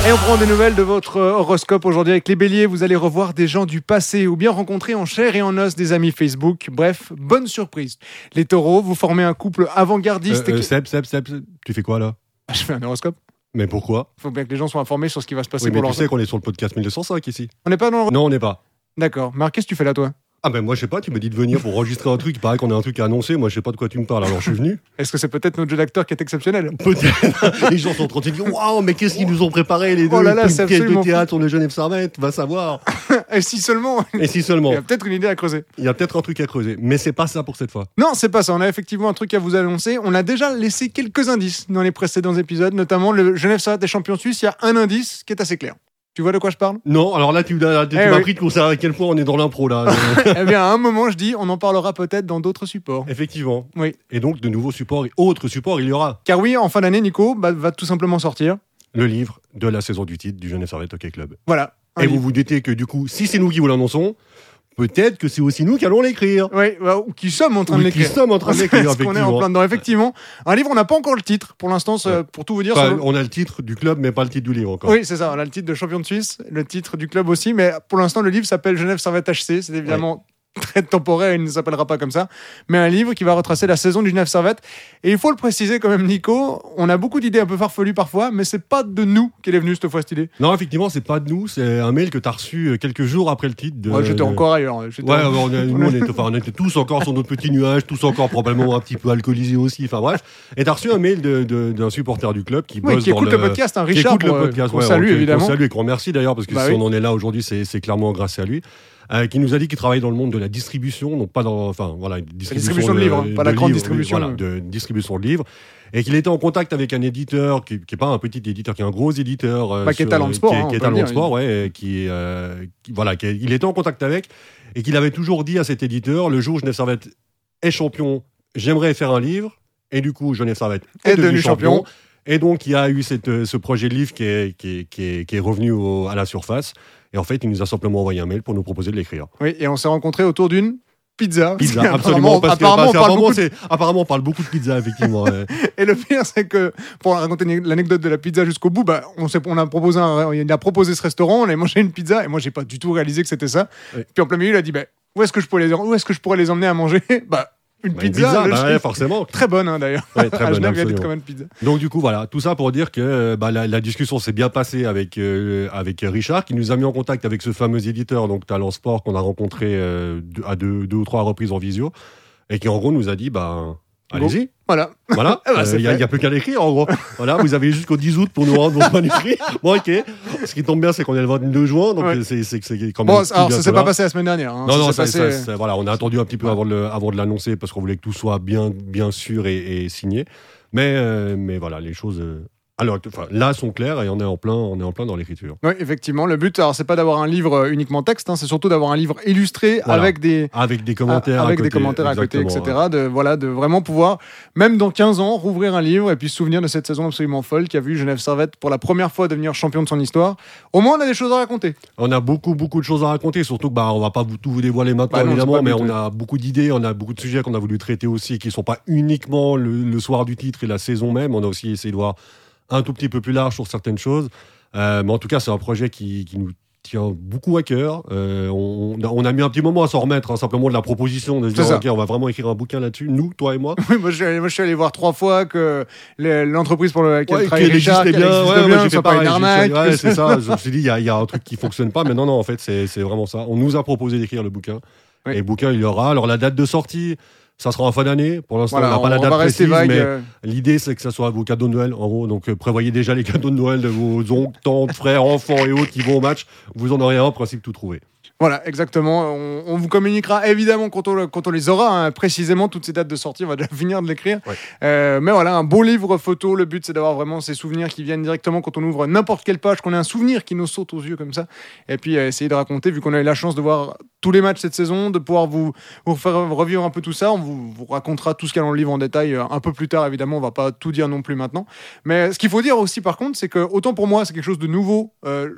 Et on prend des nouvelles de votre horoscope aujourd'hui avec les béliers. Vous allez revoir des gens du passé ou bien rencontrer en chair et en os des amis Facebook. Bref, bonne surprise. Les taureaux, vous formez un couple avant-gardiste. Seb, tu fais quoi là? Je fais un horoscope. Mais pourquoi? Il faut bien que les gens soient informés sur ce qui va se passer Oui, mais pour tu sais qu'on est sur le podcast 1205 ici. On n'est pas dans le... Non, on n'est pas. D'accord. Marc, qu'est-ce que tu fais là, toi? Ah ben moi je sais pas, tu me dis de venir pour enregistrer un truc, il paraît qu'on a un truc à annoncer, moi je sais pas de quoi tu me parles, alors je suis venu. Est-ce que c'est peut-être notre jeu d'acteur qui est exceptionnel? Peut-être. Les gens sont en train de se dire waouh, mais qu'est-ce qu'ils nous ont préparé les deux? Oh là là, c'est pièces de absolument théâtre sur le Genève Servette, va savoir. Et si seulement. Et si seulement. Il y a peut-être une idée à creuser. Il y a peut-être un truc à creuser, mais c'est pas ça pour cette fois. Non, c'est pas ça. On a effectivement un truc à vous annoncer. On a déjà laissé quelques indices dans les précédents épisodes, notamment le Genève Servette des champions suisses. Il y a un indice qui est assez clair. Tu vois de quoi je parle? Non, alors là tu m'as pris de concert à quel point on est dans l'impro là. Eh bien, à un moment, je dis, on en parlera peut-être dans d'autres supports. Effectivement. Oui. Et donc de nouveaux supports et autres supports il y aura. Car oui, en fin d'année, Nico va tout simplement sortir Le livre de la saison du titre du Genève Servette Hockey Club. Voilà. Et vous vous doutez que du coup, si c'est nous qui vous l'annonçons, peut-être que c'est aussi nous qui allons l'écrire. Oui, ou qui sommes en train de l'écrire. Qui sommes en train de l'écrire, Parce qu'on est en plein dedans. Effectivement, un livre, on n'a pas encore le titre. Pour l'instant, pour tout vous dire... Enfin, on a le titre du club, mais pas le titre du livre encore. Oui, c'est ça. On a le titre de champion de Suisse, le titre du club aussi. Mais pour l'instant, le livre s'appelle Genève Servette HC. C'est évidemment... très temporaire, il ne s'appellera pas comme ça, mais un livre qui va retracer la saison du Genève Servette. Et il faut le préciser quand même, Nico, on a beaucoup d'idées un peu farfelues parfois, mais c'est pas de nous qu'elle est venue cette fois cette idée. Non, effectivement, c'est pas de nous, c'est un mail que tu as reçu quelques jours après le titre. Moi, j'étais encore ailleurs. On était tous encore sur notre petit nuage, tous encore probablement un petit peu alcoolisés aussi, enfin bref. Et tu as reçu un mail d'un supporter du club qui bosse qui écoute le podcast, Richard, qui écoute le podcast, qu'on salue évidemment. Qu'on salue et qu'on remercie d'ailleurs, parce que si on en est là aujourd'hui, c'est clairement grâce à lui. Qui nous a dit qu'il travaille dans le monde de la distribution, donc pas dans, enfin voilà, distribution de livres, pas la grande distribution, voilà, de distribution de livres, et qu'il était en contact avec un éditeur qui est pas un petit éditeur, qui est un gros éditeur, qui est Talent de Sport, qui est Talent de Sport, ouais, il était en contact avec, et qu'il avait toujours dit à cet éditeur, le jour où Genève Servette est champion, j'aimerais faire un livre, et du coup Genève Servette est devenu champion. Et donc, il y a eu ce projet de livre qui est revenu à la surface. Et en fait, il nous a simplement envoyé un mail pour nous proposer de l'écrire. Oui, et on s'est rencontrés autour d'une pizza. Absolument. Apparemment, on parle beaucoup de pizza, effectivement. Et le pire, c'est que, pour raconter l'anecdote de la pizza jusqu'au bout, il a proposé ce restaurant, on a mangé une pizza, et moi, j'ai pas du tout réalisé que c'était ça. Oui. Puis en plein milieu, il a dit, où est-ce que je pourrais les emmener à manger? Une pizza, forcément. Très bonne, d'ailleurs. Ouais, très bonne, comme une pizza. Donc, du coup, voilà, tout ça pour dire que la discussion s'est bien passée avec Richard, qui nous a mis en contact avec ce fameux éditeur, donc Talent Sport, qu'on a rencontré à deux ou trois reprises en visio, et qui, en gros, nous a dit, allez-y. Voilà. Il n'y a plus qu'à l'écrire, en gros. Voilà, vous avez jusqu'au 10 août pour nous rendre vos manuscrits. Bon, ok. Ce qui tombe bien, c'est qu'on est le 22 juin, donc c'est quand même. Bon, alors ça s'est pas passé la semaine dernière. Hein. Non, voilà, on a attendu un petit peu avant de l'annoncer parce qu'on voulait que tout soit bien sûr et signé. Mais voilà, les choses. Alors, là, sont clairs et on est en plein dans l'écriture. Oui, effectivement. Le but, alors, c'est pas d'avoir un livre uniquement texte, c'est surtout d'avoir un livre illustré avec des commentaires à côté, etc. De vraiment pouvoir, même dans 15 ans, rouvrir un livre et puis se souvenir de cette saison absolument folle qui a vu Genève Servette pour la première fois devenir champion de son histoire. Au moins, on a des choses à raconter. On a beaucoup de choses à raconter, surtout que on va pas tout vous dévoiler maintenant, évidemment, mais on a beaucoup d'idées, on a beaucoup de sujets qu'on a voulu traiter aussi, qui sont pas uniquement le soir du titre et la saison même. On a aussi essayé de voir un tout petit peu plus large sur certaines choses. Mais en tout cas, c'est un projet qui nous tient beaucoup à cœur. On a mis un petit moment à s'en remettre, simplement de la proposition, de se dire, OK, on va vraiment écrire un bouquin là-dessus, nous, toi et moi. Oui, moi, je suis allé voir 3 fois que l'entreprise pour laquelle travaille Richard, existe bien, j'ai fait pas une arnaque. C'est ça, je me suis dit, il y a un truc qui fonctionne pas, mais non, en fait, c'est vraiment ça. On nous a proposé d'écrire le bouquin. Oui. Et le bouquin, il y aura. Alors, la date de sortie, ça sera en fin d'année. Pour l'instant, on n'a pas la date précise, mais l'idée, c'est que ça soit vos cadeaux de Noël, en gros. Donc, prévoyez déjà les cadeaux de Noël de vos oncles, tantes, frères, enfants et autres qui vont au match. Vous en aurez un, en principe, tout trouvé. Voilà, exactement. On vous communiquera évidemment quand on les aura, précisément toutes ces dates de sortie. On va déjà finir de l'écrire. Ouais. Mais voilà, un beau livre photo. Le but, c'est d'avoir vraiment ces souvenirs qui viennent directement quand on ouvre n'importe quelle page, qu'on ait un souvenir qui nous saute aux yeux comme ça. Et puis, essayer de raconter, vu qu'on a eu la chance de voir tous les matchs cette saison, de pouvoir vous faire revivre un peu tout ça. On vous racontera tout ce qu'il y a dans le livre en détail un peu plus tard, évidemment. On va pas tout dire non plus maintenant. Mais ce qu'il faut dire aussi, par contre, c'est que autant pour moi, c'est quelque chose de nouveau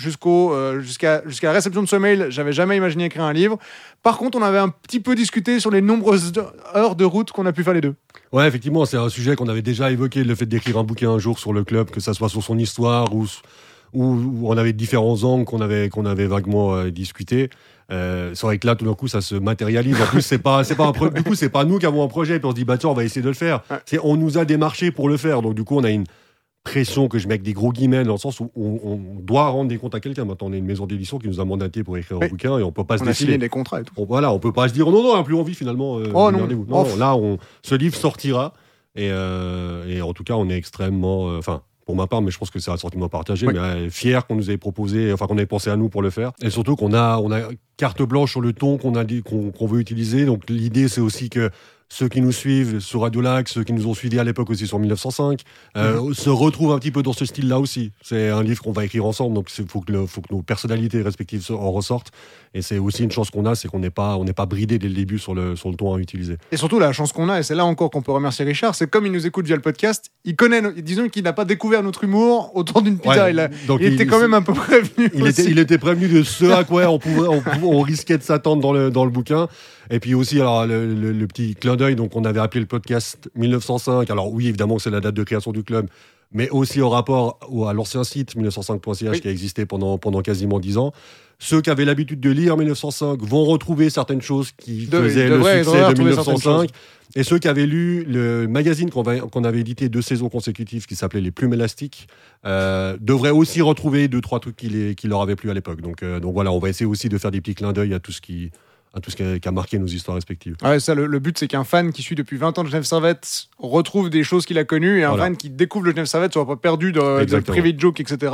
jusqu'à la réception de ce mail. J'avais jamais imaginé écrire un livre. Par contre, on avait un petit peu discuté sur les nombreuses heures de route qu'on a pu faire les deux. Ouais, effectivement, c'est un sujet qu'on avait déjà évoqué, le fait d'écrire un bouquin un jour sur le club, que ça soit sur son histoire où on avait différents angles qu'on avait vaguement discuté. C'est vrai que là, tout d'un coup, ça se matérialise. En plus, c'est pas du coup, c'est pas nous qui avons un projet, puis on se dit, bah tiens, on va essayer de le faire. On nous a démarché pour le faire. Donc, du coup, on a une pression que je mets avec des gros guillemets, dans le sens où on doit rendre des comptes à quelqu'un. Maintenant, on est une maison d'édition qui nous a mandaté pour écrire un bouquin et on peut pas se décider. On a signé des contrats et tout. On peut pas se dire, non, on n'a plus envie finalement. Non, là, ce livre sortira. Et en tout cas, on est extrêmement... pour ma part, mais je pense que c'est un sentiment partagé, mais fier qu'on nous ait proposé, qu'on ait pensé à nous pour le faire. Et surtout qu'on a carte blanche sur le ton qu'on veut utiliser. Donc l'idée, c'est aussi que ceux qui nous suivent sur Radio Lac, ceux qui nous ont suivis à l'époque aussi sur 1905, se retrouvent un petit peu dans ce style-là aussi. C'est un livre qu'on va écrire ensemble, donc il faut que nos personnalités respectives en ressortent. Et c'est aussi une chance qu'on a, c'est qu'on n'est pas bridé dès le début sur le ton à utiliser. Et surtout, la chance qu'on a, et c'est là encore qu'on peut remercier Richard, c'est comme il nous écoute via le podcast, il connaît, disons qu'il n'a pas découvert notre humour autour d'une pizza. Il était quand même un peu prévenu. Il était prévenu de ce à quoi on risquait de s'attendre dans le bouquin. Et puis aussi, alors, le petit clin d'œil, donc on avait appelé le podcast 1905. Alors oui, évidemment, c'est la date de création du club, mais aussi au rapport à l'ancien site 1905.ch qui a existé pendant quasiment 10 ans. Ceux qui avaient l'habitude de lire 1905 vont retrouver certaines choses qui faisaient le succès de 1905. Et ceux qui avaient lu le magazine qu'on avait édité 2 saisons consécutives qui s'appelait Les Plumes Élastiques devraient aussi retrouver 2-3 trucs qui leur avaient plu à l'époque. Donc voilà, on va essayer aussi de faire des petits clins d'œil à tout ce qui a marqué nos histoires respectives. Ouais, ça, le but, c'est qu'un fan qui suit depuis 20 ans de Genève Servette retrouve des choses qu'il a connues, et un fan qui découvre le Genève Servette soit pas perdu de private joke, etc.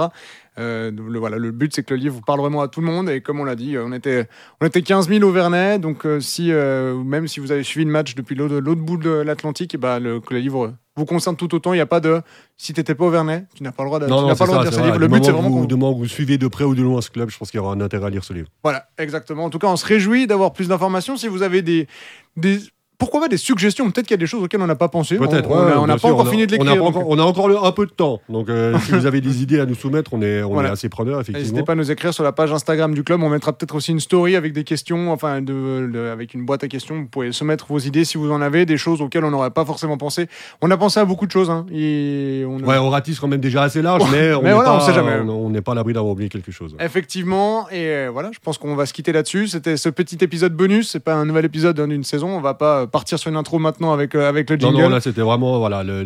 Le but, c'est que le livre parle vraiment à tout le monde, et comme on l'a dit, on était 15 000 au Vernet, donc même si vous avez suivi le match depuis l'autre bout de l'Atlantique, que le livre vous concerne tout autant. Il n'y a pas de si tu n'étais pas au Vernet, tu n'as pas le droit de dire ce livre. Le but, c'est vraiment que vous suivez de près ou de loin ce club, je pense qu'il y aura un intérêt à lire ce livre. Voilà, exactement. En tout cas, on se réjouit d'avoir plus d'informations. Si vous avez des pourquoi pas des suggestions, peut-être qu'il y a des choses auxquelles on n'a pas pensé. Peut-être. On n'a pas encore fini de l'écrire. On a encore un peu de temps. Donc, si vous avez des idées à nous soumettre, on est assez preneurs, effectivement. N'hésitez pas à nous écrire sur la page Instagram du club. On mettra peut-être aussi une story avec des questions, avec une boîte à questions. Vous pouvez soumettre vos idées si vous en avez, des choses auxquelles on n'aurait pas forcément pensé. On a pensé à beaucoup de choses. On ratisse quand même déjà assez large, mais on sait jamais. On n'est pas à l'abri d'avoir oublié quelque chose. Effectivement. Et voilà, je pense qu'on va se quitter là-dessus. C'était ce petit épisode bonus. C'est pas un nouvel épisode d'une saison. On va pas partir sur une intro maintenant avec le jingle. Non, là c'était vraiment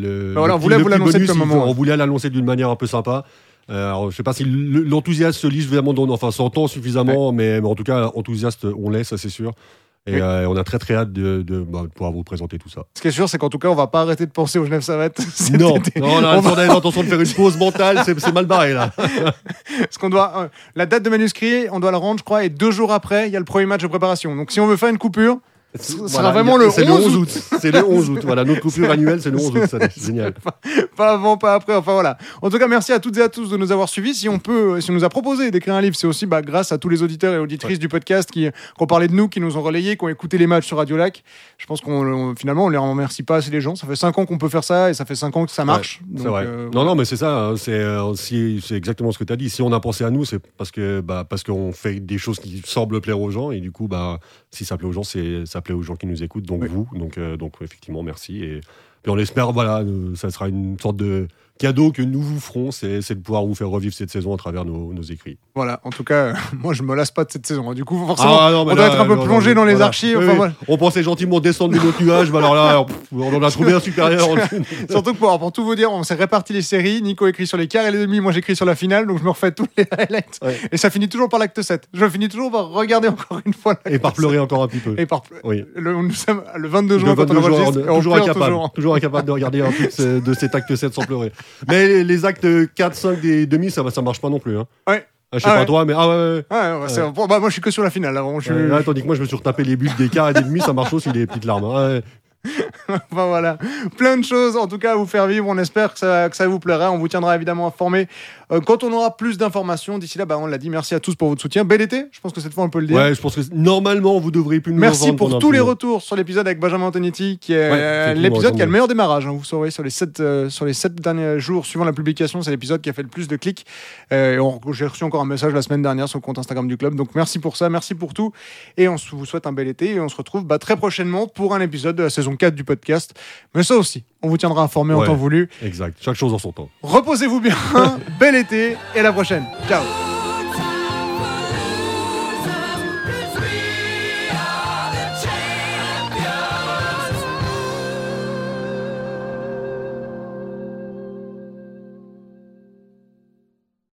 on voulait vous l'annoncer comme moment. On voulait l'annoncer d'une manière un peu sympa. Alors, je sais pas si l'enthousiasme se lit vraiment, s'entend suffisamment, mais en tout cas enthousiaste on l'est, ça c'est sûr. Et on a très très hâte de pouvoir vous présenter tout ça. Ce qui est sûr, c'est qu'en tout cas, on va pas arrêter de penser au Genève Servette. Non, on a l'intention de faire une pause mentale, c'est mal barré là. Parce qu'on doit la date de manuscrit, on doit la rendre, je crois, et 2 jours après, il y a le premier match de préparation. Donc si on veut faire une coupure, sera vraiment le 11 août. C'est le 11 août. Voilà, notre coupure annuelle, c'est le 11 août. C'est génial. Pas avant, pas après. Enfin voilà. En tout cas, merci à toutes et à tous de nous avoir suivis. Si on nous a proposé d'écrire un livre, c'est aussi grâce à tous les auditeurs et auditrices du podcast qui ont parlé de nous, qui nous ont relayés, qui ont écouté les matchs sur Radio Lac. Je pense finalement, on les remercie pas assez les gens. Ça fait 5 ans qu'on peut faire ça et ça fait 5 ans que ça marche. Ouais, c'est vrai. Non, mais c'est ça. Hein, c'est exactement ce que tu as dit. Si on a pensé à nous, c'est parce qu'on fait des choses qui semblent plaire aux gens et du coup, si ça plaît aux gens, ça plaît aux gens qui nous écoutent, donc vous. Donc effectivement, merci. Et puis on espère, ça sera une sorte de cadeau que nous vous ferons, c'est de pouvoir vous faire revivre cette saison à travers nos écrits. Voilà, en tout cas, moi je me lasse pas de cette saison. Du coup, forcément, on doit être un peu plongé dans les archives. Oui. On pensait gentiment descendre de notre nuage, mais alors là, on en a trouvé un supérieur. Surtout que pour tout vous dire, on s'est réparti les séries. Nico écrit sur les quarts et les demi, moi j'écris sur la finale, donc je me refais tous les highlights. Ouais. Et ça finit toujours par l'acte 7. Je finis toujours par regarder encore une fois. Et par pleurer encore un petit peu. Oui. Nous sommes le 22 juin quand on enregistre. Toujours incapable de regarder un truc de cet acte 7 sans pleurer. Mais les actes 4, 5 des demi, ça marche pas non plus. Hein. Ouais. Je sais pas toi, mais moi je suis que sur la finale. Tandis que moi je me suis retapé les buts des quarts et des demi, ça marche aussi les petites larmes. Hein. Enfin voilà, plein de choses en tout cas à vous faire vivre. On espère que ça vous plaira. On vous tiendra évidemment informé quand on aura plus d'informations. D'ici là, on l'a dit, merci à tous pour votre soutien. Bel été, je pense que cette fois on peut le dire. Ouais, je pense que normalement vous devriez plus nous merci pour tous les retours sur l'épisode avec Benjamin Antonetti, qui est l'épisode qui a le meilleur démarrage. Vous saurez sur les 7 derniers jours suivant la publication, c'est l'épisode qui a fait le plus de clics. J'ai reçu encore un message la semaine dernière sur le compte Instagram du club. Donc merci pour ça, merci pour tout. Et on vous souhaite un bel été et on se retrouve très prochainement pour un épisode de la saison saison 4 du podcast. Mais ça aussi, on vous tiendra informé en temps voulu. Exact, chaque chose en son temps. Reposez-vous bien, bel été et à la prochaine. Ciao.